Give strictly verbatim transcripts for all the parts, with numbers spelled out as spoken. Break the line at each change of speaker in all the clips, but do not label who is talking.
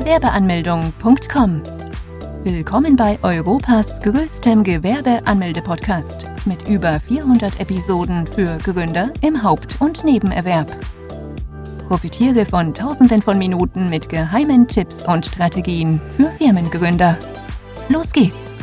gewerbeanmeldung punkt com. Willkommen bei Europas größtem Gewerbeanmelde-Podcast mit über vierhundert Episoden für Gründer im Haupt- und Nebenerwerb. Profitiere von Tausenden von Minuten mit geheimen Tipps und Strategien für Firmengründer. Los geht's!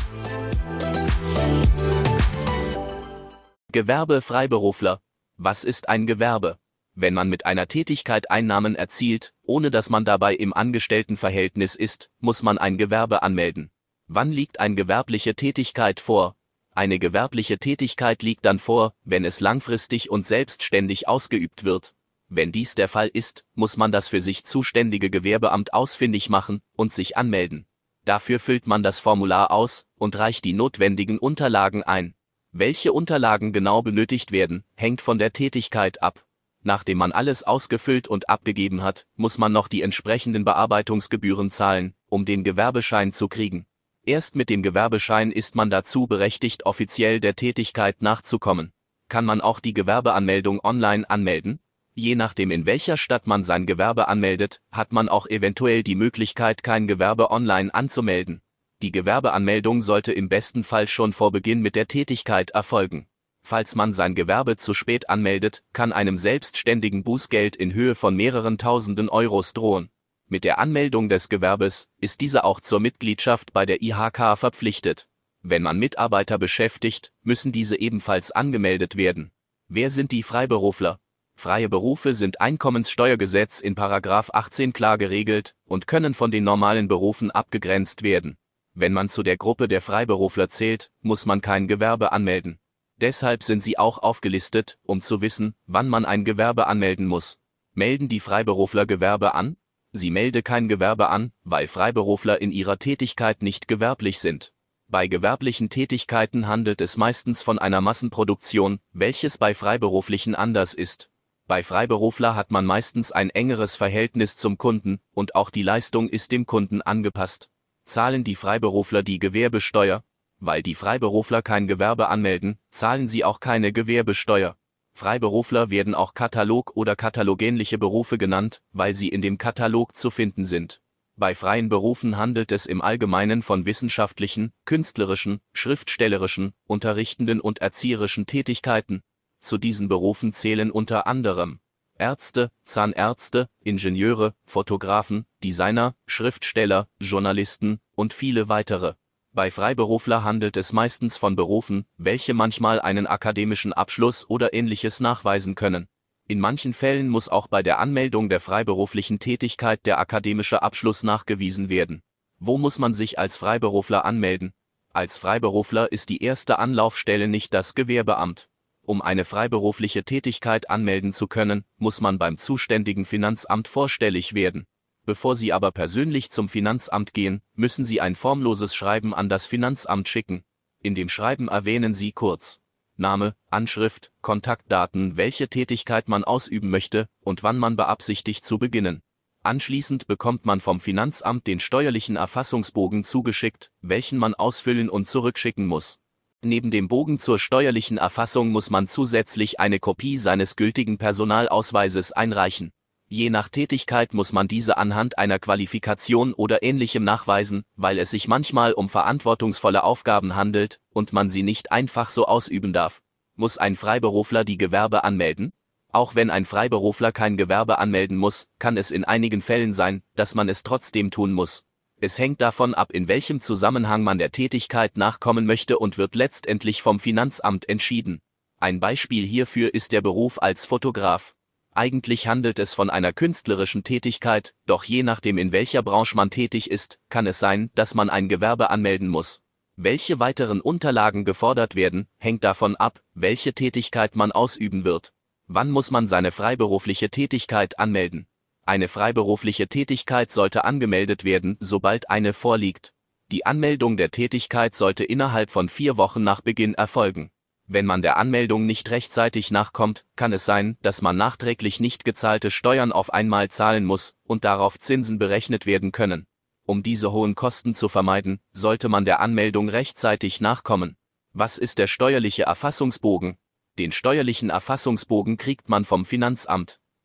Gewerbefreiberufler. Was ist ein Gewerbe? Wenn man mit einer Tätigkeit Einnahmen erzielt, ohne dass man dabei im Angestelltenverhältnis ist, muss man ein Gewerbe anmelden. Wann liegt eine gewerbliche Tätigkeit vor? Eine gewerbliche Tätigkeit liegt dann vor, wenn es langfristig und selbstständig ausgeübt wird. Wenn dies der Fall ist, muss man das für sich zuständige Gewerbeamt ausfindig machen und sich anmelden. Dafür füllt man das Formular aus und reicht die notwendigen Unterlagen ein. Welche Unterlagen genau benötigt werden, hängt von der Tätigkeit ab. Nachdem man alles ausgefüllt und abgegeben hat, muss man noch die entsprechenden Bearbeitungsgebühren zahlen, um den Gewerbeschein zu kriegen. Erst mit dem Gewerbeschein ist man dazu berechtigt, offiziell der Tätigkeit nachzukommen. Kann man auch die Gewerbeanmeldung online anmelden? Je nachdem, in welcher Stadt man sein Gewerbe anmeldet, hat man auch eventuell die Möglichkeit, kein Gewerbe online anzumelden. Die Gewerbeanmeldung sollte im besten Fall schon vor Beginn mit der Tätigkeit erfolgen. Falls man sein Gewerbe zu spät anmeldet, kann einem Selbstständigen Bußgeld in Höhe von mehreren Tausenden Euros drohen. Mit der Anmeldung des Gewerbes ist dieser auch zur Mitgliedschaft bei der I H K verpflichtet. Wenn man Mitarbeiter beschäftigt, müssen diese ebenfalls angemeldet werden. Wer sind die Freiberufler? Freie Berufe sind Einkommenssteuergesetz in Paragraph achtzehn klar geregelt und können von den normalen Berufen abgegrenzt werden. Wenn man zu der Gruppe der Freiberufler zählt, muss man kein Gewerbe anmelden. Deshalb sind sie auch aufgelistet, um zu wissen, wann man ein Gewerbe anmelden muss. Melden die Freiberufler Gewerbe an? Sie melden kein Gewerbe an, weil Freiberufler in ihrer Tätigkeit nicht gewerblich sind. Bei gewerblichen Tätigkeiten handelt es meistens von einer Massenproduktion, welches bei Freiberuflichen anders ist. Bei Freiberufler hat man meistens ein engeres Verhältnis zum Kunden und auch die Leistung ist dem Kunden angepasst. Zahlen die Freiberufler die Gewerbesteuer? Weil die Freiberufler kein Gewerbe anmelden, zahlen sie auch keine Gewerbesteuer. Freiberufler werden auch Katalog- oder katalogähnliche Berufe genannt, weil sie in dem Katalog zu finden sind. Bei freien Berufen handelt es im Allgemeinen von wissenschaftlichen, künstlerischen, schriftstellerischen, unterrichtenden und erzieherischen Tätigkeiten. Zu diesen Berufen zählen unter anderem Ärzte, Zahnärzte, Ingenieure, Fotografen, Designer, Schriftsteller, Journalisten und viele weitere. Bei Freiberufler handelt es meistens von Berufen, welche manchmal einen akademischen Abschluss oder ähnliches nachweisen können. In manchen Fällen muss auch bei der Anmeldung der freiberuflichen Tätigkeit der akademische Abschluss nachgewiesen werden. Wo muss man sich als Freiberufler anmelden? Als Freiberufler ist die erste Anlaufstelle nicht das Gewerbeamt. Um eine freiberufliche Tätigkeit anmelden zu können, muss man beim zuständigen Finanzamt vorstellig werden. Bevor Sie aber persönlich zum Finanzamt gehen, müssen Sie ein formloses Schreiben an das Finanzamt schicken. In dem Schreiben erwähnen Sie kurz Name, Anschrift, Kontaktdaten, welche Tätigkeit man ausüben möchte und wann man beabsichtigt zu beginnen. Anschließend bekommt man vom Finanzamt den steuerlichen Erfassungsbogen zugeschickt, welchen man ausfüllen und zurückschicken muss. Neben dem Bogen zur steuerlichen Erfassung muss man zusätzlich eine Kopie seines gültigen Personalausweises einreichen. Je nach Tätigkeit muss man diese anhand einer Qualifikation oder Ähnlichem nachweisen, weil es sich manchmal um verantwortungsvolle Aufgaben handelt und man sie nicht einfach so ausüben darf. Muss ein Freiberufler die Gewerbe anmelden? Auch wenn ein Freiberufler kein Gewerbe anmelden muss, kann es in einigen Fällen sein, dass man es trotzdem tun muss. Es hängt davon ab, in welchem Zusammenhang man der Tätigkeit nachkommen möchte und wird letztendlich vom Finanzamt entschieden. Ein Beispiel hierfür ist der Beruf als Fotograf. Eigentlich handelt es von einer künstlerischen Tätigkeit, doch je nachdem, in welcher Branche man tätig ist, kann es sein, dass man ein Gewerbe anmelden muss. Welche weiteren Unterlagen gefordert werden, hängt davon ab, welche Tätigkeit man ausüben wird. Wann muss man seine freiberufliche Tätigkeit anmelden? Eine freiberufliche Tätigkeit sollte angemeldet werden, sobald eine vorliegt. Die Anmeldung der Tätigkeit sollte innerhalb von vier Wochen nach Beginn erfolgen. Wenn man der Anmeldung nicht rechtzeitig nachkommt, kann es sein, dass man nachträglich nicht gezahlte Steuern auf einmal zahlen muss und darauf Zinsen berechnet werden können. Um diese hohen Kosten zu vermeiden, sollte man der Anmeldung rechtzeitig nachkommen. Was ist der steuerliche Erfassungsbogen? Den steuerlichen Erfassungsbogen kriegt man vom Finanzamt.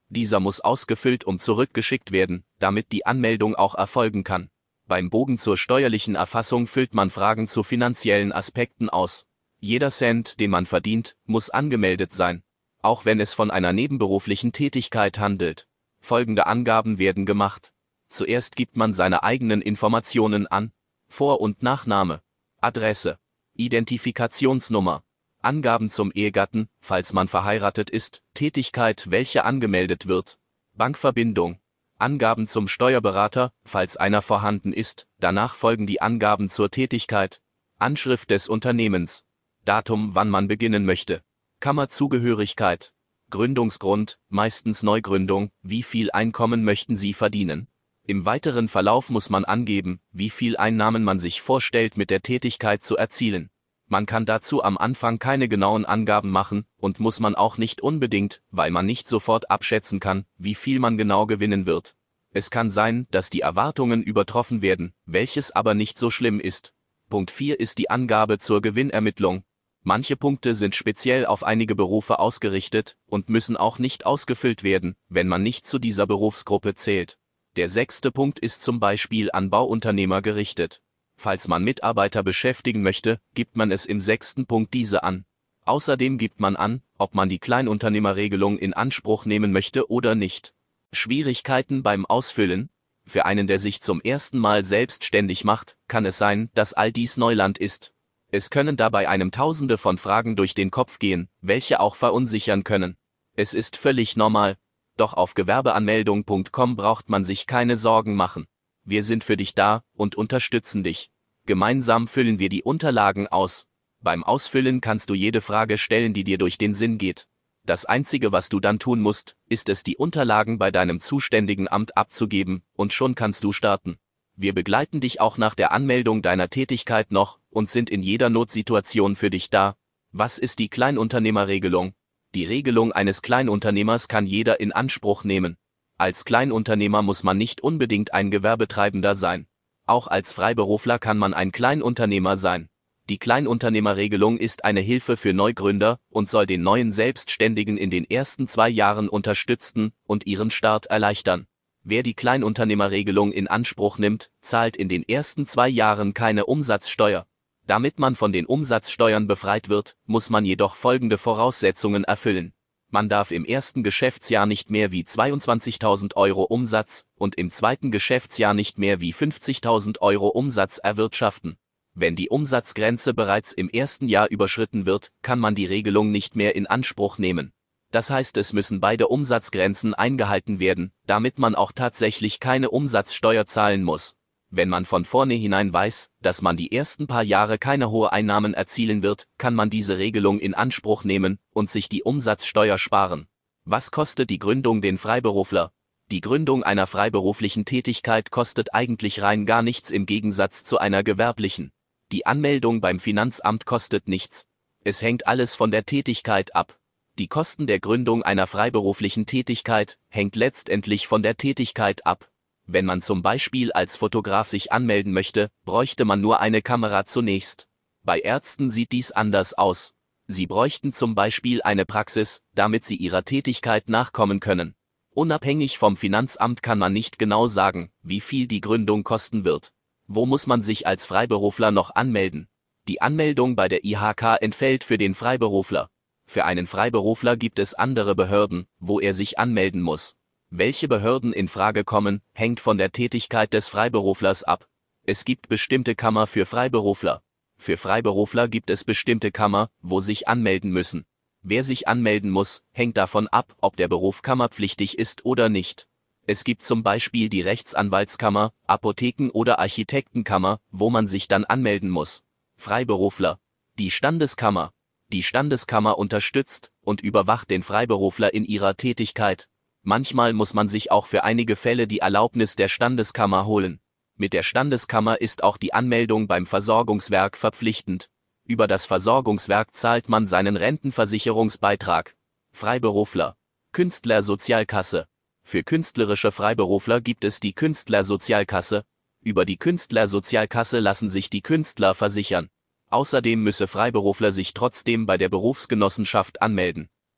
Dieser muss ausgefüllt und zurückgeschickt werden, damit die Anmeldung auch erfolgen kann. Beim Bogen zur steuerlichen Erfassung füllt man Fragen zu finanziellen Aspekten aus. Jeder Cent, den man verdient, muss angemeldet sein, auch wenn es von einer nebenberuflichen Tätigkeit handelt. Folgende Angaben werden gemacht. Zuerst gibt man seine eigenen Informationen an: Vor- und Nachname, Adresse, Identifikationsnummer, Angaben zum Ehegatten, falls man verheiratet ist, Tätigkeit, welche angemeldet wird, Bankverbindung, Angaben zum Steuerberater, falls einer vorhanden ist, danach folgen die Angaben zur Tätigkeit, Anschrift des Unternehmens, Datum, wann man beginnen möchte, Kammerzugehörigkeit, Gründungsgrund, meistens Neugründung, wie viel Einkommen möchten Sie verdienen. Im weiteren Verlauf muss man angeben, wie viel Einnahmen man sich vorstellt mit der Tätigkeit zu erzielen. Man kann dazu am Anfang keine genauen Angaben machen und muss man auch nicht unbedingt, weil man nicht sofort abschätzen kann, wie viel man genau gewinnen wird. Es kann sein, dass die Erwartungen übertroffen werden, welches aber nicht so schlimm ist. Punkt vier ist die Angabe zur Gewinnermittlung. Manche Punkte sind speziell auf einige Berufe ausgerichtet und müssen auch nicht ausgefüllt werden, wenn man nicht zu dieser Berufsgruppe zählt. Der sechste Punkt ist zum Beispiel an Bauunternehmer gerichtet. Falls man Mitarbeiter beschäftigen möchte, gibt man es im sechsten Punkt diese an. Außerdem gibt man an, ob man die Kleinunternehmerregelung in Anspruch nehmen möchte oder nicht. Schwierigkeiten beim Ausfüllen? Für einen, der sich zum ersten Mal selbstständig macht, kann es sein, dass all dies Neuland ist. Es können dabei einem Tausende von Fragen durch den Kopf gehen, welche auch verunsichern können. Es ist völlig normal. Doch auf gewerbeanmeldung punkt com braucht man sich keine Sorgen machen. Wir sind für dich da und unterstützen dich. Gemeinsam füllen wir die Unterlagen aus. Beim Ausfüllen kannst du jede Frage stellen, die dir durch den Sinn geht. Das Einzige, was du dann tun musst, ist es, die Unterlagen bei deinem zuständigen Amt abzugeben, und schon kannst du starten. Wir begleiten dich auch nach der Anmeldung deiner Tätigkeit noch und sind in jeder Notsituation für dich da. Was ist die Kleinunternehmerregelung? Die Regelung eines Kleinunternehmers kann jeder in Anspruch nehmen. Als Kleinunternehmer muss man nicht unbedingt ein Gewerbetreibender sein. Auch als Freiberufler kann man ein Kleinunternehmer sein. Die Kleinunternehmerregelung ist eine Hilfe für Neugründer und soll den neuen Selbstständigen in den ersten zwei Jahren unterstützen und ihren Start erleichtern. Wer die Kleinunternehmerregelung in Anspruch nimmt, zahlt in den ersten zwei Jahren keine Umsatzsteuer. Damit man von den Umsatzsteuern befreit wird, muss man jedoch folgende Voraussetzungen erfüllen. Man darf im ersten Geschäftsjahr nicht mehr wie zweiundzwanzigtausend Euro Umsatz und im zweiten Geschäftsjahr nicht mehr wie fünfzigtausend Euro Umsatz erwirtschaften. Wenn die Umsatzgrenze bereits im ersten Jahr überschritten wird, kann man die Regelung nicht mehr in Anspruch nehmen. Das heißt, es müssen beide Umsatzgrenzen eingehalten werden, damit man auch tatsächlich keine Umsatzsteuer zahlen muss. Wenn man von vornherein weiß, dass man die ersten paar Jahre keine hohen Einnahmen erzielen wird, kann man diese Regelung in Anspruch nehmen und sich die Umsatzsteuer sparen. Was kostet die Gründung den Freiberufler? Die Gründung einer freiberuflichen Tätigkeit kostet eigentlich rein gar nichts im Gegensatz zu einer gewerblichen. Die Anmeldung beim Finanzamt kostet nichts. Es hängt alles von der Tätigkeit ab. Die Kosten der Gründung einer freiberuflichen Tätigkeit hängt letztendlich von der Tätigkeit ab. Wenn man zum Beispiel als Fotograf sich anmelden möchte, bräuchte man nur eine Kamera zunächst. Bei Ärzten sieht dies anders aus. Sie bräuchten zum Beispiel eine Praxis, damit sie ihrer Tätigkeit nachkommen können. Unabhängig vom Finanzamt kann man nicht genau sagen, wie viel die Gründung kosten wird. Wo muss man sich als Freiberufler noch anmelden? Die Anmeldung bei der I H K entfällt für den Freiberufler. Für einen Freiberufler gibt es andere Behörden, wo er sich anmelden muss. Welche Behörden in Frage kommen, hängt von der Tätigkeit des Freiberuflers ab. Es gibt bestimmte Kammer für Freiberufler. Für Freiberufler gibt es bestimmte Kammer, wo sich anmelden müssen. Wer sich anmelden muss, hängt davon ab, ob der Beruf kammerpflichtig ist oder nicht. Es gibt zum Beispiel die Rechtsanwaltskammer, Apotheken- oder Architektenkammer, wo man sich dann anmelden muss. Freiberufler. Die Standeskammer. Die Standeskammer unterstützt und überwacht den Freiberufler in ihrer Tätigkeit. Manchmal muss man sich auch für einige Fälle die Erlaubnis der Standeskammer holen. Mit der Standeskammer ist auch die Anmeldung beim Versorgungswerk verpflichtend. Über das Versorgungswerk zahlt man seinen Rentenversicherungsbeitrag. Freiberufler. Künstlersozialkasse. Für künstlerische Freiberufler gibt es die Künstlersozialkasse. Über die Künstlersozialkasse lassen sich die Künstler versichern. Außerdem müsse Freiberufler sich trotzdem bei der Berufsgenossenschaft anmelden.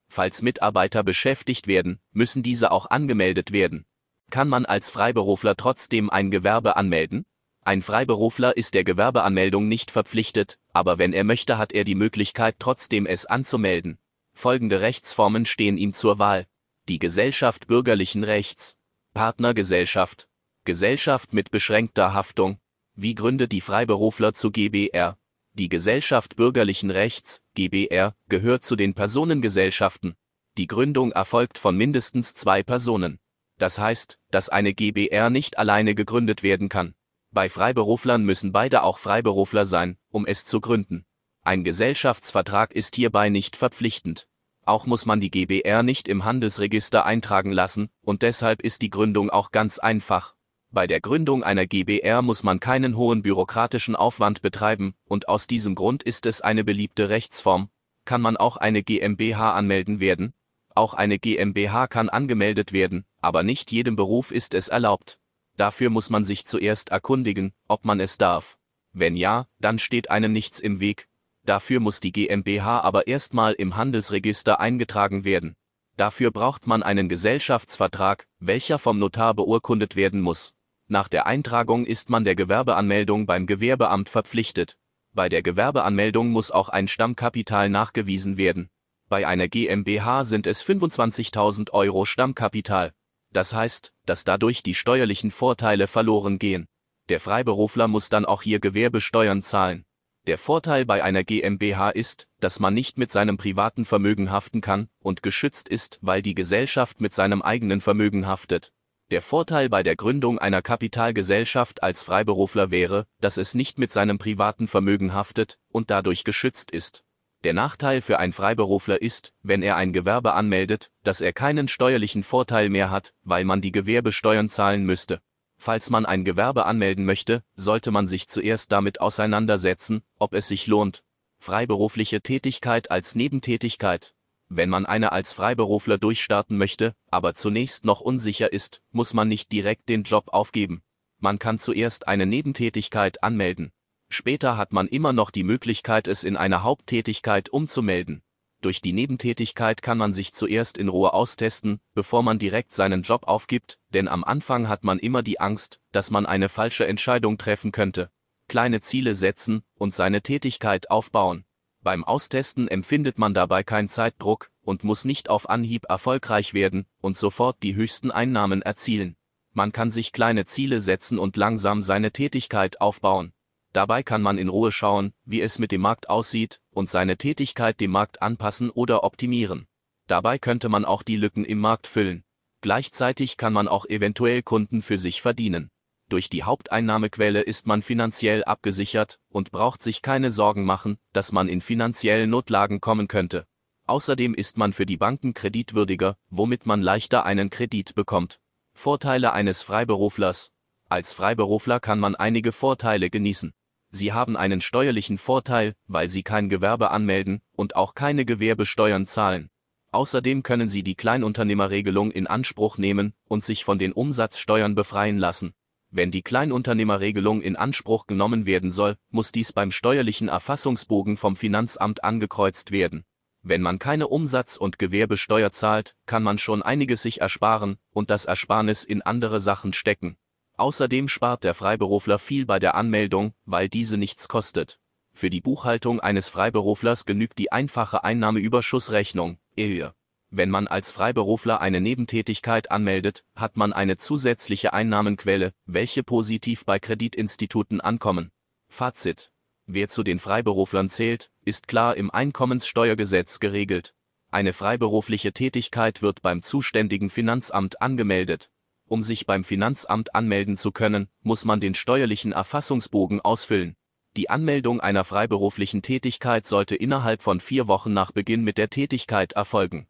Falls Mitarbeiter beschäftigt werden, müssen diese auch angemeldet werden. Kann man als Freiberufler trotzdem ein Gewerbe anmelden? Ein Freiberufler ist der Gewerbeanmeldung nicht verpflichtet, aber wenn er möchte, hat er die Möglichkeit, trotzdem es anzumelden. Folgende Rechtsformen stehen ihm zur Wahl: die Gesellschaft bürgerlichen Rechts, Partnergesellschaft, Gesellschaft mit beschränkter Haftung. Wie gründet die Freiberufler zu G b R? Die Gesellschaft bürgerlichen Rechts, G b R, gehört zu den Personengesellschaften. Die Gründung erfolgt von mindestens zwei Personen. Das heißt, dass eine G b R nicht alleine gegründet werden kann. Bei Freiberuflern müssen beide auch Freiberufler sein, um es zu gründen. Ein Gesellschaftsvertrag ist hierbei nicht verpflichtend. Auch muss man die G b R nicht im Handelsregister eintragen lassen, und deshalb ist die Gründung auch ganz einfach. Bei der Gründung einer G b R muss man keinen hohen bürokratischen Aufwand betreiben, und aus diesem Grund ist es eine beliebte Rechtsform. Kann man auch eine GmbH anmelden werden? Auch eine GmbH kann angemeldet werden, aber nicht jedem Beruf ist es erlaubt. Dafür muss man sich zuerst erkundigen, ob man es darf. Wenn ja, dann steht einem nichts im Weg. Dafür muss die GmbH aber erstmal im Handelsregister eingetragen werden. Dafür braucht man einen Gesellschaftsvertrag, welcher vom Notar beurkundet werden muss. Nach der Eintragung ist man der Gewerbeanmeldung beim Gewerbeamt verpflichtet. Bei der Gewerbeanmeldung muss auch ein Stammkapital nachgewiesen werden. Bei einer GmbH sind es fünfundzwanzigtausend Euro Stammkapital. Das heißt, dass dadurch die steuerlichen Vorteile verloren gehen. Der Freiberufler muss dann auch hier Gewerbesteuern zahlen. Der Vorteil bei einer GmbH ist, dass man nicht mit seinem privaten Vermögen haften kann und geschützt ist, weil die Gesellschaft mit seinem eigenen Vermögen haftet. Der Vorteil bei der Gründung einer Kapitalgesellschaft als Freiberufler wäre, dass es nicht mit seinem privaten Vermögen haftet und dadurch geschützt ist. Der Nachteil für einen Freiberufler ist, wenn er ein Gewerbe anmeldet, dass er keinen steuerlichen Vorteil mehr hat, weil man die Gewerbesteuern zahlen müsste. Falls man ein Gewerbe anmelden möchte, sollte man sich zuerst damit auseinandersetzen, ob es sich lohnt. Freiberufliche Tätigkeit als Nebentätigkeit. Wenn man eine als Freiberufler durchstarten möchte, aber zunächst noch unsicher ist, muss man nicht direkt den Job aufgeben. Man kann zuerst eine Nebentätigkeit anmelden. Später hat man immer noch die Möglichkeit, es in eine Haupttätigkeit umzumelden. Durch die Nebentätigkeit kann man sich zuerst in Ruhe austesten, bevor man direkt seinen Job aufgibt, denn am Anfang hat man immer die Angst, dass man eine falsche Entscheidung treffen könnte. Kleine Ziele setzen und seine Tätigkeit aufbauen. Beim Austesten empfindet man dabei keinen Zeitdruck und muss nicht auf Anhieb erfolgreich werden und sofort die höchsten Einnahmen erzielen. Man kann sich kleine Ziele setzen und langsam seine Tätigkeit aufbauen. Dabei kann man in Ruhe schauen, wie es mit dem Markt aussieht, und seine Tätigkeit dem Markt anpassen oder optimieren. Dabei könnte man auch die Lücken im Markt füllen. Gleichzeitig kann man auch eventuell Kunden für sich verdienen. Durch die Haupteinnahmequelle ist man finanziell abgesichert und braucht sich keine Sorgen machen, dass man in finanzielle Notlagen kommen könnte. Außerdem ist man für die Banken kreditwürdiger, womit man leichter einen Kredit bekommt. Vorteile eines Freiberuflers. Als Freiberufler kann man einige Vorteile genießen. Sie haben einen steuerlichen Vorteil, weil Sie kein Gewerbe anmelden und auch keine Gewerbesteuern zahlen. Außerdem können Sie die Kleinunternehmerregelung in Anspruch nehmen und sich von den Umsatzsteuern befreien lassen. Wenn die Kleinunternehmerregelung in Anspruch genommen werden soll, muss dies beim steuerlichen Erfassungsbogen vom Finanzamt angekreuzt werden. Wenn man keine Umsatz- und Gewerbesteuer zahlt, kann man schon einiges sich ersparen und das Ersparnis in andere Sachen stecken. Außerdem spart der Freiberufler viel bei der Anmeldung, weil diese nichts kostet. Für die Buchhaltung eines Freiberuflers genügt die einfache Einnahmeüberschussrechnung, E Ü. Wenn man als Freiberufler eine Nebentätigkeit anmeldet, hat man eine zusätzliche Einnahmenquelle, welche positiv bei Kreditinstituten ankommen. Fazit: Wer zu den Freiberuflern zählt, ist klar im Einkommenssteuergesetz geregelt. Eine freiberufliche Tätigkeit wird beim zuständigen Finanzamt angemeldet. Um sich beim Finanzamt anmelden zu können, muss man den steuerlichen Erfassungsbogen ausfüllen. Die Anmeldung einer freiberuflichen Tätigkeit sollte innerhalb von vier Wochen nach Beginn mit der Tätigkeit erfolgen.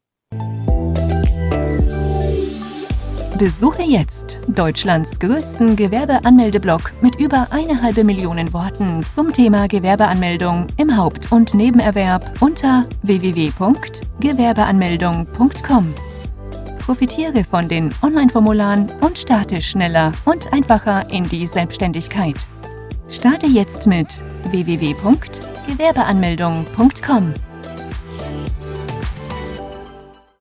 Besuche jetzt Deutschlands größten Gewerbeanmeldeblock mit über eine halbe Million Worten zum Thema Gewerbeanmeldung im Haupt- und Nebenerwerb unter w w w punkt gewerbeanmeldung punkt com. Profitiere von den Online-Formularen und starte schneller und einfacher in die Selbstständigkeit. Starte jetzt mit w w w punkt gewerbeanmeldung punkt com.